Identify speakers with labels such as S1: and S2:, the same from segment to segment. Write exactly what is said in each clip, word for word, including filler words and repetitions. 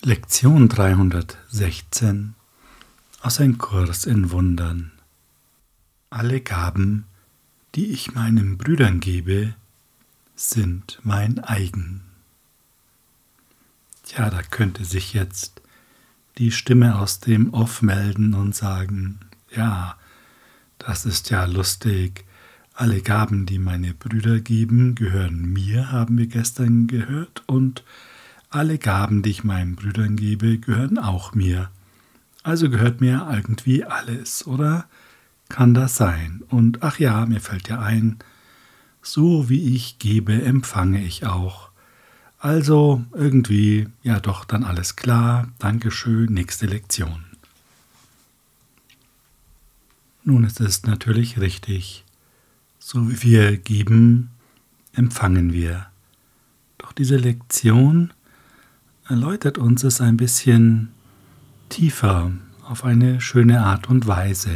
S1: Lektion dreihundertsechzehn aus Ein Kurs in Wundern. Alle Gaben, die ich meinen Brüdern gebe, sind mein eigen. Tja, da könnte sich jetzt die Stimme aus dem Off melden und sagen, ja, das ist ja lustig. Alle Gaben, die meine Brüder geben, gehören mir, haben wir gestern gehört, und alle Gaben, die ich meinen Brüdern gebe, gehören auch mir. Also gehört mir irgendwie alles, oder? Kann das sein? Und ach ja, mir fällt ja ein, so wie ich gebe, empfange ich auch. Also irgendwie, ja doch, dann alles klar, Dankeschön, nächste Lektion. Nun, es ist natürlich richtig, so wie wir geben, empfangen wir. Doch diese Lektion erläutert uns es ein bisschen tiefer, auf eine schöne Art und Weise.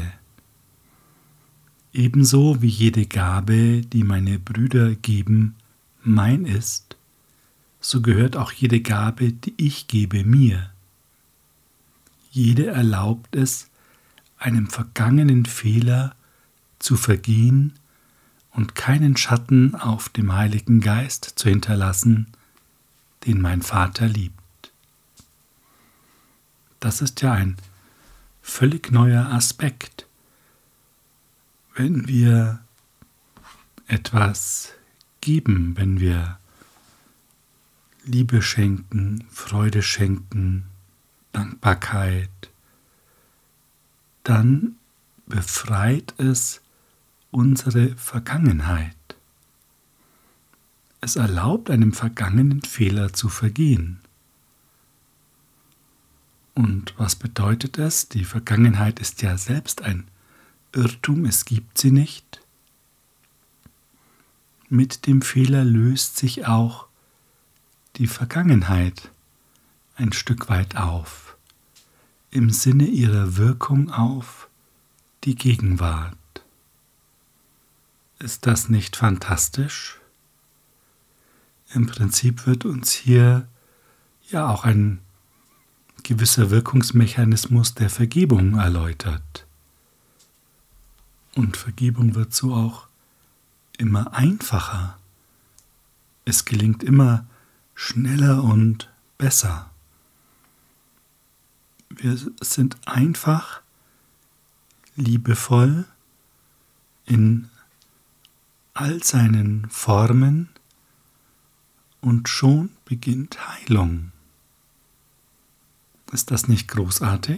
S1: Ebenso wie jede Gabe, die meine Brüder geben, mein ist, so gehört auch jede Gabe, die ich gebe, mir. Jede erlaubt es, einem vergangenen Fehler zu vergehen und keinen Schatten auf dem Heiligen Geist zu hinterlassen, den mein Vater liebt. Das ist ja ein völlig neuer Aspekt. Wenn wir etwas geben, wenn wir Liebe schenken, Freude schenken, Dankbarkeit, dann befreit es unsere Vergangenheit. Es erlaubt einem vergangenen Fehler zu vergehen. Und was bedeutet es? Die Vergangenheit ist ja selbst ein Irrtum, es gibt sie nicht. Mit dem Fehler löst sich auch die Vergangenheit ein Stück weit auf, im Sinne ihrer Wirkung auf die Gegenwart. Ist das nicht fantastisch? Im Prinzip wird uns hier ja auch ein gewisser Wirkungsmechanismus der Vergebung erläutert. Und Vergebung wird so auch immer einfacher. Es gelingt immer schneller und besser. Wir sind einfach liebevoll in all seinen Formen und schon beginnt Heilung. Ist das nicht großartig?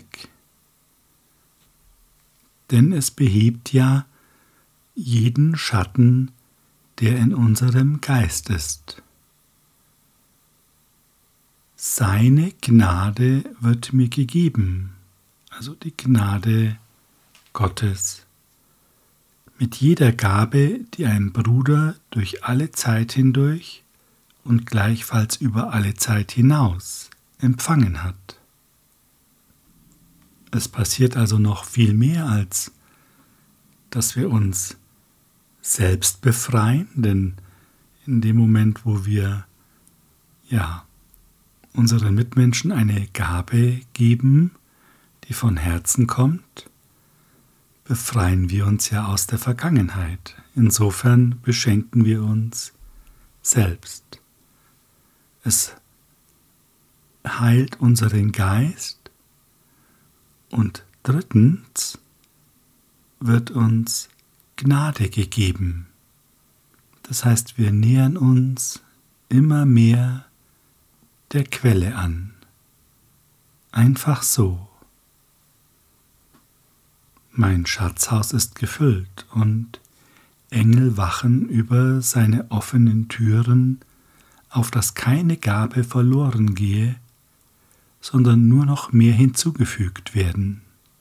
S1: Denn es behebt ja jeden Schatten, der in unserem Geist ist. Seine Gnade wird mir gegeben, also die Gnade Gottes. Mit jeder Gabe, die ein Bruder durch alle Zeit hindurch und gleichfalls über alle Zeit hinaus empfangen hat. Es passiert also noch viel mehr, als dass wir uns selbst befreien, denn in dem Moment, wo wir ja, unseren Mitmenschen eine Gabe geben, die von Herzen kommt, befreien wir uns ja aus der Vergangenheit. Insofern beschenken wir uns selbst. Es heilt unseren Geist. Und drittens wird uns Gnade gegeben. Das heißt, wir nähern uns immer mehr der Quelle an. Einfach so. Mein Schatzhaus ist gefüllt und Engel wachen über seine offenen Türen, auf dass keine Gabe verloren gehe, sondern nur noch mehr hinzugefügt werden.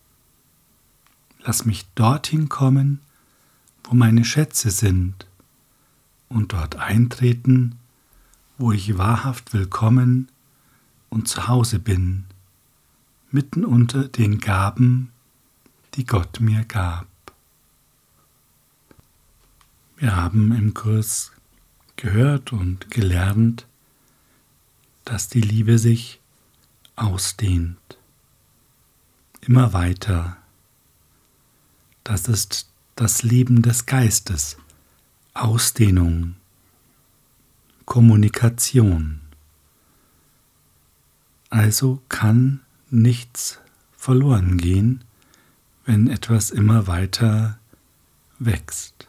S1: Lass mich dorthin kommen, wo meine Schätze sind, und dort eintreten, wo ich wahrhaft willkommen und zu Hause bin, mitten unter den Gaben, die Gott mir gab. Wir haben im Kurs gehört und gelernt, dass die Liebe sich ausdehnt. Immer weiter. Das ist das Leben des Geistes. Ausdehnung. Kommunikation. Also kann nichts verloren gehen, wenn etwas immer weiter wächst.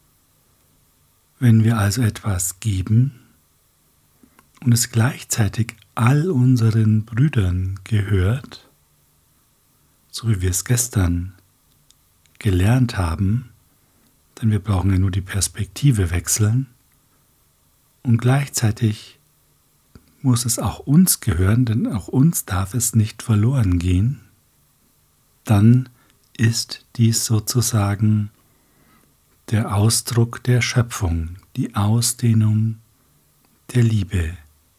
S1: Wenn wir also etwas geben und es gleichzeitig all unseren Brüdern gehört, so wie wir es gestern gelernt haben, denn wir brauchen ja nur die Perspektive wechseln, und gleichzeitig muss es auch uns gehören, denn auch uns darf es nicht verloren gehen, dann ist dies sozusagen der Ausdruck der Schöpfung, die Ausdehnung der Liebe.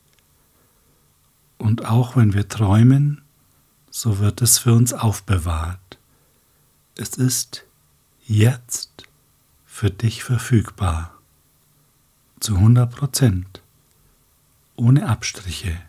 S1: Und auch wenn wir träumen, so wird es für uns aufbewahrt. Es ist jetzt für dich verfügbar, zu hundert Prozent, ohne Abstriche.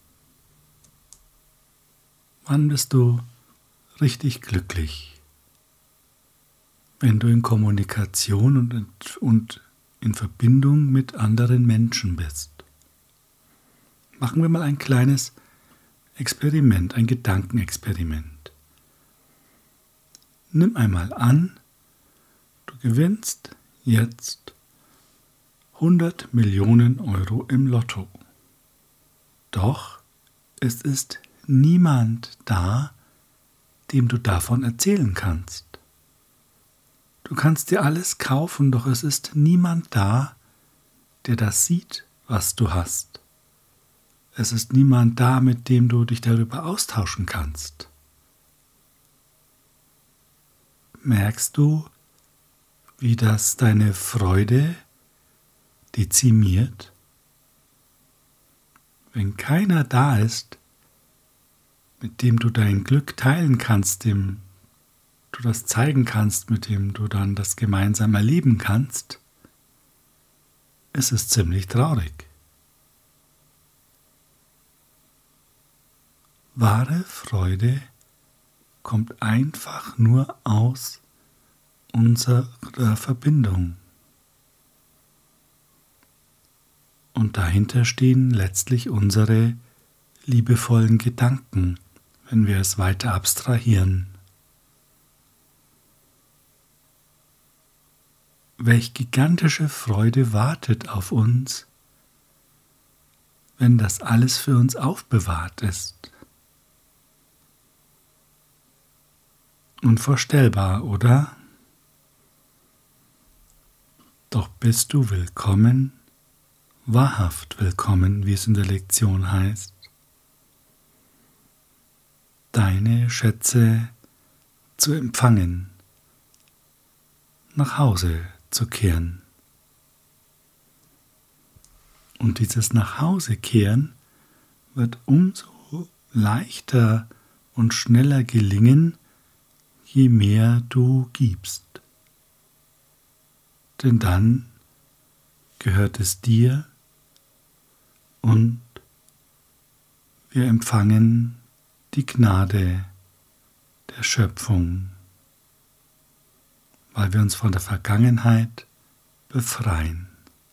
S1: Wann bist du richtig glücklich? Wenn du in Kommunikation und, und in Verbindung mit anderen Menschen bist. Machen wir mal ein kleines Experiment, ein Gedankenexperiment. Nimm einmal an, du gewinnst jetzt hundert Millionen Euro im Lotto. Doch es ist niemand da, dem du davon erzählen kannst. Du kannst dir alles kaufen, doch es ist niemand da, der das sieht, was du hast. Es ist niemand da, mit dem du dich darüber austauschen kannst. Merkst du, wie das deine Freude dezimiert? Wenn keiner da ist, mit dem du dein Glück teilen kannst, dem du das zeigen kannst, mit dem du dann das gemeinsam erleben kannst, ist es ziemlich traurig. Wahre Freude kommt einfach nur aus unserer Verbindung. Und dahinter stehen letztlich unsere liebevollen Gedanken, wenn wir es weiter abstrahieren. Welch gigantische Freude wartet auf uns, wenn das alles für uns aufbewahrt ist. Unvorstellbar, oder? Doch bist du willkommen, wahrhaft willkommen, wie es in der Lektion heißt, deine Schätze zu empfangen, nach Hause zu kehren. Und dieses Nachhausekehren wird umso leichter und schneller gelingen, je mehr du gibst. Denn dann gehört es dir und wir empfangen die Gnade der Schöpfung, weil wir uns von der Vergangenheit befreien.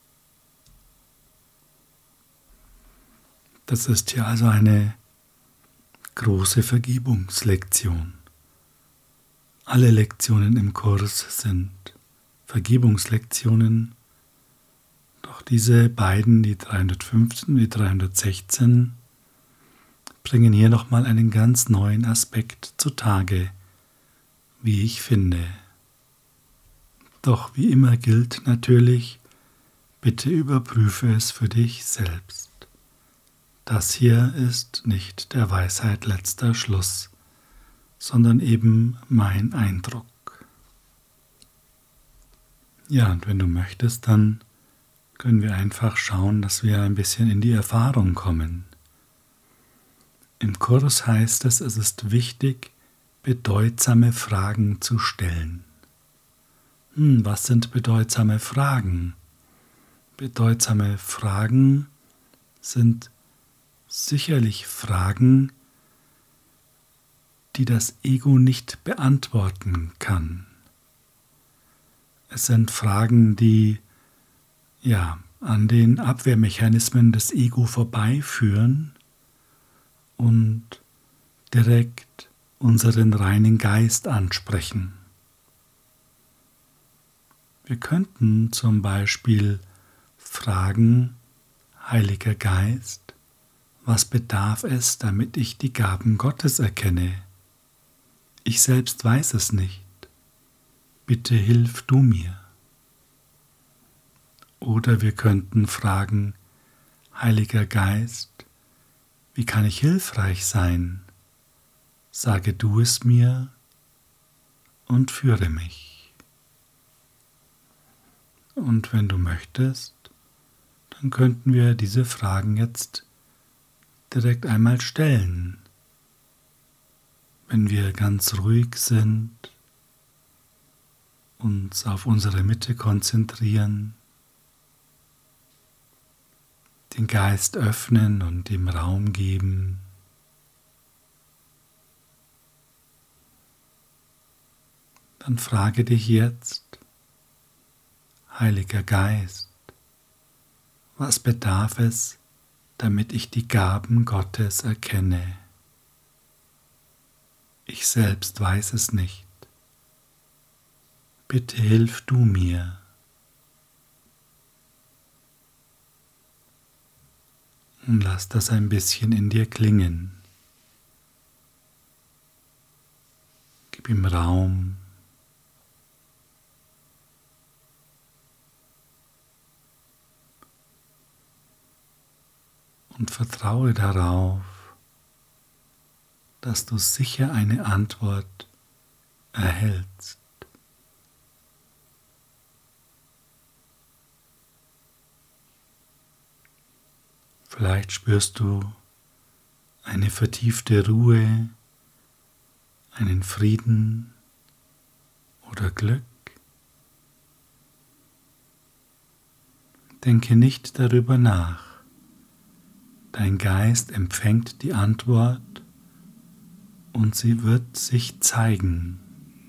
S1: Das ist hier also eine große Vergebungslektion. Alle Lektionen im Kurs sind Vergebungslektionen, doch diese beiden, die dreihundertfünfzehn und die dreihundertsechzehn, bringen hier nochmal einen ganz neuen Aspekt zutage, wie ich finde. Doch wie immer gilt natürlich, bitte überprüfe es für dich selbst. Das hier ist nicht der Weisheit letzter Schluss, sondern eben mein Eindruck. Ja, und wenn du möchtest, dann können wir einfach schauen, dass wir ein bisschen in die Erfahrung kommen. Im Kurs heißt es, es ist wichtig, bedeutsame Fragen zu stellen. Hm, was sind bedeutsame Fragen? Bedeutsame Fragen sind sicherlich Fragen, die das Ego nicht beantworten kann. Es sind Fragen, die ja an den Abwehrmechanismen des Ego vorbeiführen und direkt unseren reinen Geist ansprechen. Wir könnten zum Beispiel fragen: Heiliger Geist, was bedarf es, damit ich die Gaben Gottes erkenne? Ich selbst weiß es nicht. Bitte hilf du mir. Oder wir könnten fragen: Heiliger Geist, wie kann ich hilfreich sein? Sage du es mir und führe mich. Und wenn du möchtest, dann könnten wir diese Fragen jetzt direkt einmal stellen. Wenn wir ganz ruhig sind, uns auf unsere Mitte konzentrieren, den Geist öffnen und ihm Raum geben. Dann frage dich jetzt: Heiliger Geist, was bedarf es, damit ich die Gaben Gottes erkenne? Ich selbst weiß es nicht. Bitte hilf du mir. Und lass das ein bisschen in dir klingen. Gib ihm Raum. Und vertraue darauf, dass du sicher eine Antwort erhältst. Vielleicht spürst du eine vertiefte Ruhe, einen Frieden oder Glück. Denke nicht darüber nach. Dein Geist empfängt die Antwort und sie wird sich zeigen.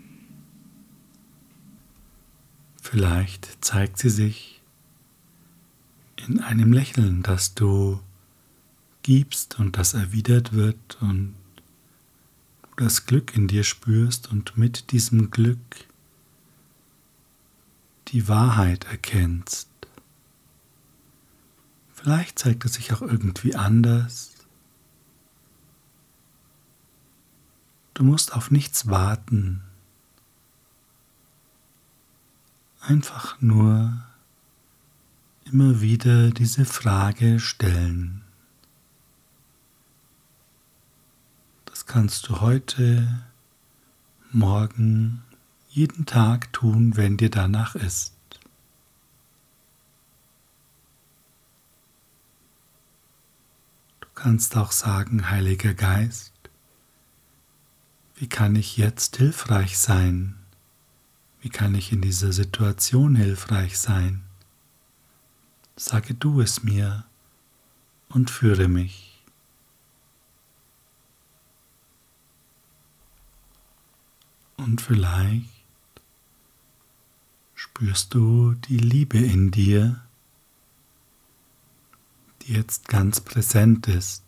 S1: Vielleicht zeigt sie sich in einem Lächeln, das du gibst und das erwidert wird und du das Glück in dir spürst und mit diesem Glück die Wahrheit erkennst. Vielleicht zeigt es sich auch irgendwie anders. Du musst auf nichts warten. Einfach nur immer wieder diese Frage stellen. Das kannst du heute, morgen, jeden Tag tun, wenn dir danach ist. Du kannst auch sagen: Heiliger Geist, wie kann ich jetzt hilfreich sein? Wie kann ich in dieser Situation hilfreich sein? Sage du es mir und führe mich. Und vielleicht spürst du die Liebe in dir, die jetzt ganz präsent ist.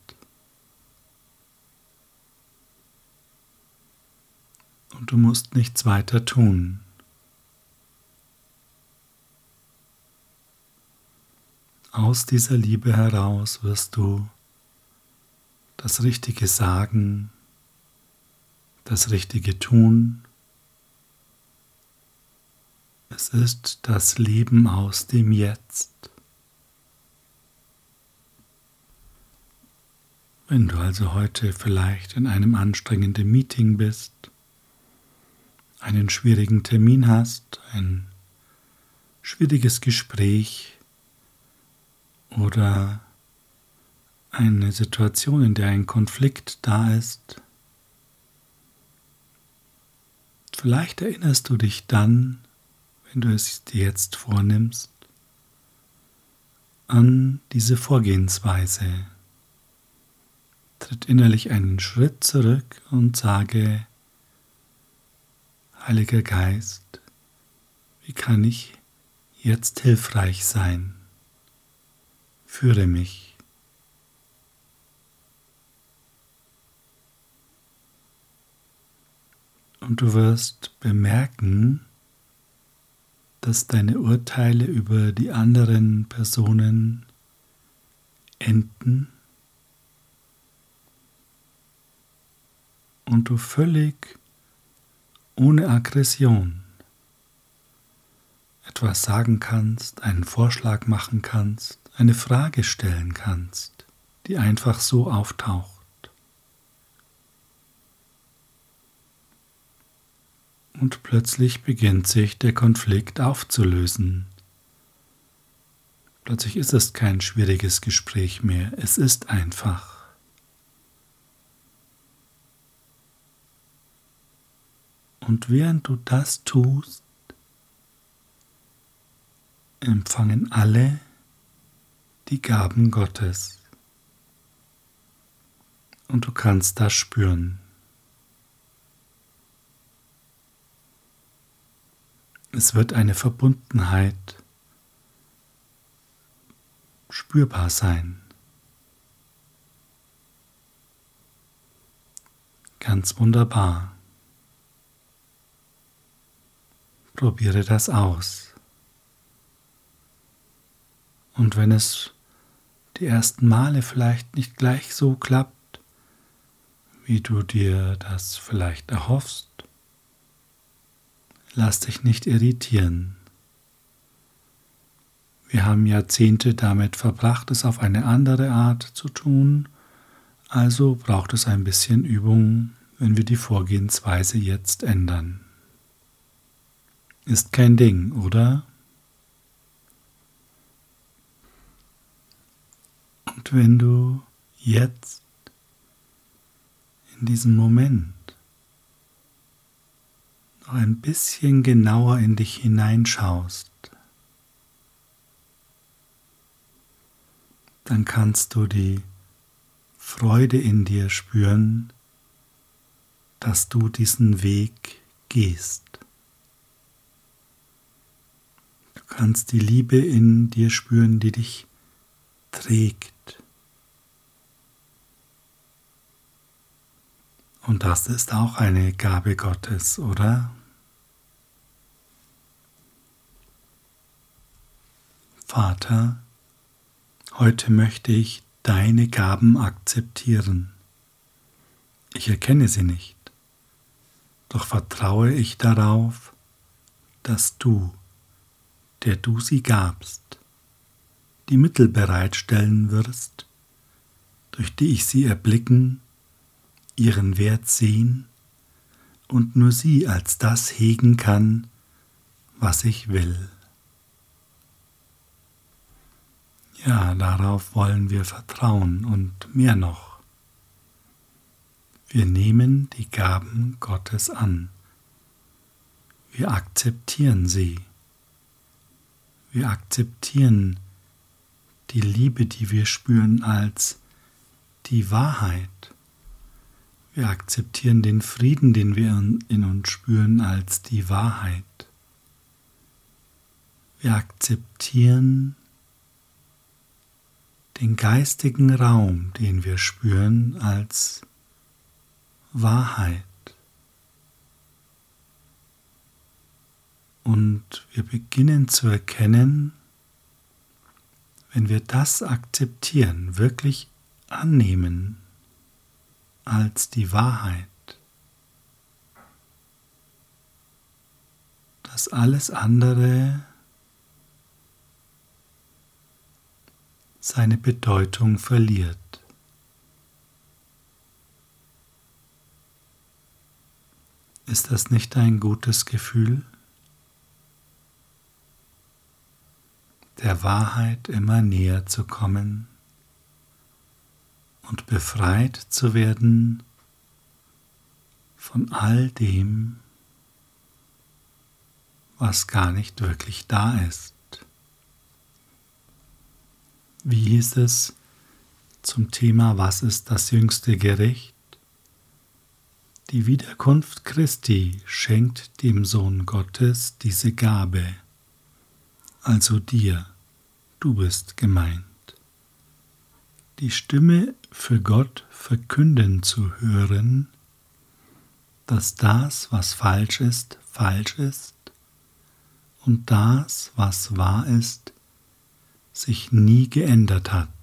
S1: Und du musst nichts weiter tun. Aus dieser Liebe heraus wirst du das Richtige sagen, das Richtige tun. Es ist das Leben aus dem Jetzt. Wenn du also heute vielleicht in einem anstrengenden Meeting bist, einen schwierigen Termin hast, ein schwieriges Gespräch oder eine Situation, in der ein Konflikt da ist, vielleicht erinnerst du dich dann, wenn du es dir jetzt vornimmst, an diese Vorgehensweise. tritt innerlich einen Schritt zurück und sage: Heiliger Geist, wie kann ich jetzt hilfreich sein? Führe mich. Und du wirst bemerken, dass deine Urteile über die anderen Personen enden und du völlig ohne Aggression etwas sagen kannst, einen Vorschlag machen kannst, eine Frage stellen kannst, die einfach so auftaucht. Und plötzlich beginnt sich der Konflikt aufzulösen. Plötzlich ist es kein schwieriges Gespräch mehr, es ist einfach. Und während du das tust, empfangen alle die Gaben Gottes. Und du kannst das spüren. Es wird eine Verbundenheit spürbar sein. Ganz wunderbar. Probiere das aus. Und wenn es die ersten Male vielleicht nicht gleich so klappt, wie du dir das vielleicht erhoffst, lass dich nicht irritieren. Wir haben Jahrzehnte damit verbracht, es auf eine andere Art zu tun, also braucht es ein bisschen Übung, wenn wir die Vorgehensweise jetzt ändern. Ist kein Ding, oder? Und wenn du jetzt in diesem Moment noch ein bisschen genauer in dich hineinschaust, dann kannst du die Freude in dir spüren, dass du diesen Weg gehst. Du kannst die Liebe in dir spüren, die dich trägt. Und das ist auch eine Gabe Gottes, oder? Vater, heute möchte ich deine Gaben akzeptieren. Ich erkenne sie nicht, doch vertraue ich darauf, dass du, der du sie gabst, die Mittel bereitstellen wirst, durch die ich sie erblicken, ihren Wert sehen und nur sie als das hegen kann, was ich will. Ja, darauf wollen wir vertrauen und mehr noch. Wir nehmen die Gaben Gottes an. Wir akzeptieren sie. Wir akzeptieren die Liebe, die wir spüren, als die Wahrheit. Wir akzeptieren den Frieden, den wir in uns spüren, als die Wahrheit. Wir akzeptieren den geistigen Raum, den wir spüren, als Wahrheit. Und wir beginnen zu erkennen, wenn wir das akzeptieren, wirklich annehmen als die Wahrheit, dass alles andere seine Bedeutung verliert. Ist das nicht ein gutes Gefühl? Der Wahrheit immer näher zu kommen und befreit zu werden von all dem, was gar nicht wirklich da ist. Wie hieß es zum Thema Was ist das jüngste Gericht? Die Wiederkunft Christi schenkt dem Sohn Gottes diese Gabe, also dir, du bist gemeint, die Stimme für Gott verkünden zu hören, dass das, was falsch ist, falsch ist und das, was wahr ist, sich nie geändert hat.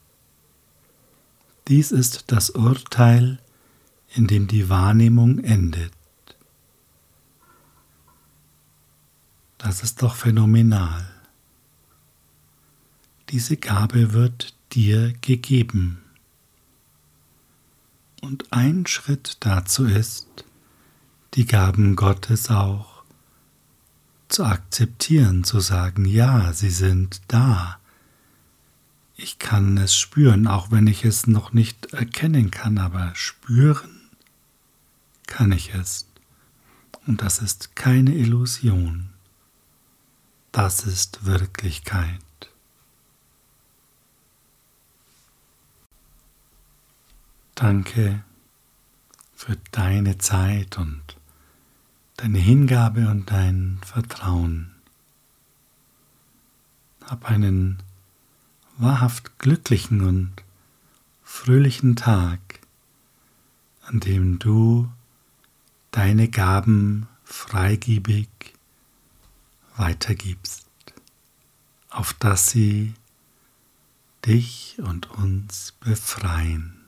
S1: Dies ist das Urteil, in dem die Wahrnehmung endet. Das ist doch phänomenal. Diese Gabe wird dir gegeben. Und ein Schritt dazu ist, die Gaben Gottes auch zu akzeptieren, zu sagen, ja, sie sind da. Ich kann es spüren, auch wenn ich es noch nicht erkennen kann, aber spüren kann ich es. Und das ist keine Illusion. Das ist Wirklichkeit. Danke für deine Zeit und deine Hingabe und dein Vertrauen. Hab einen wahrhaft glücklichen und fröhlichen Tag, an dem du deine Gaben freigebig weitergibst, auf dass sie dich und uns befreien.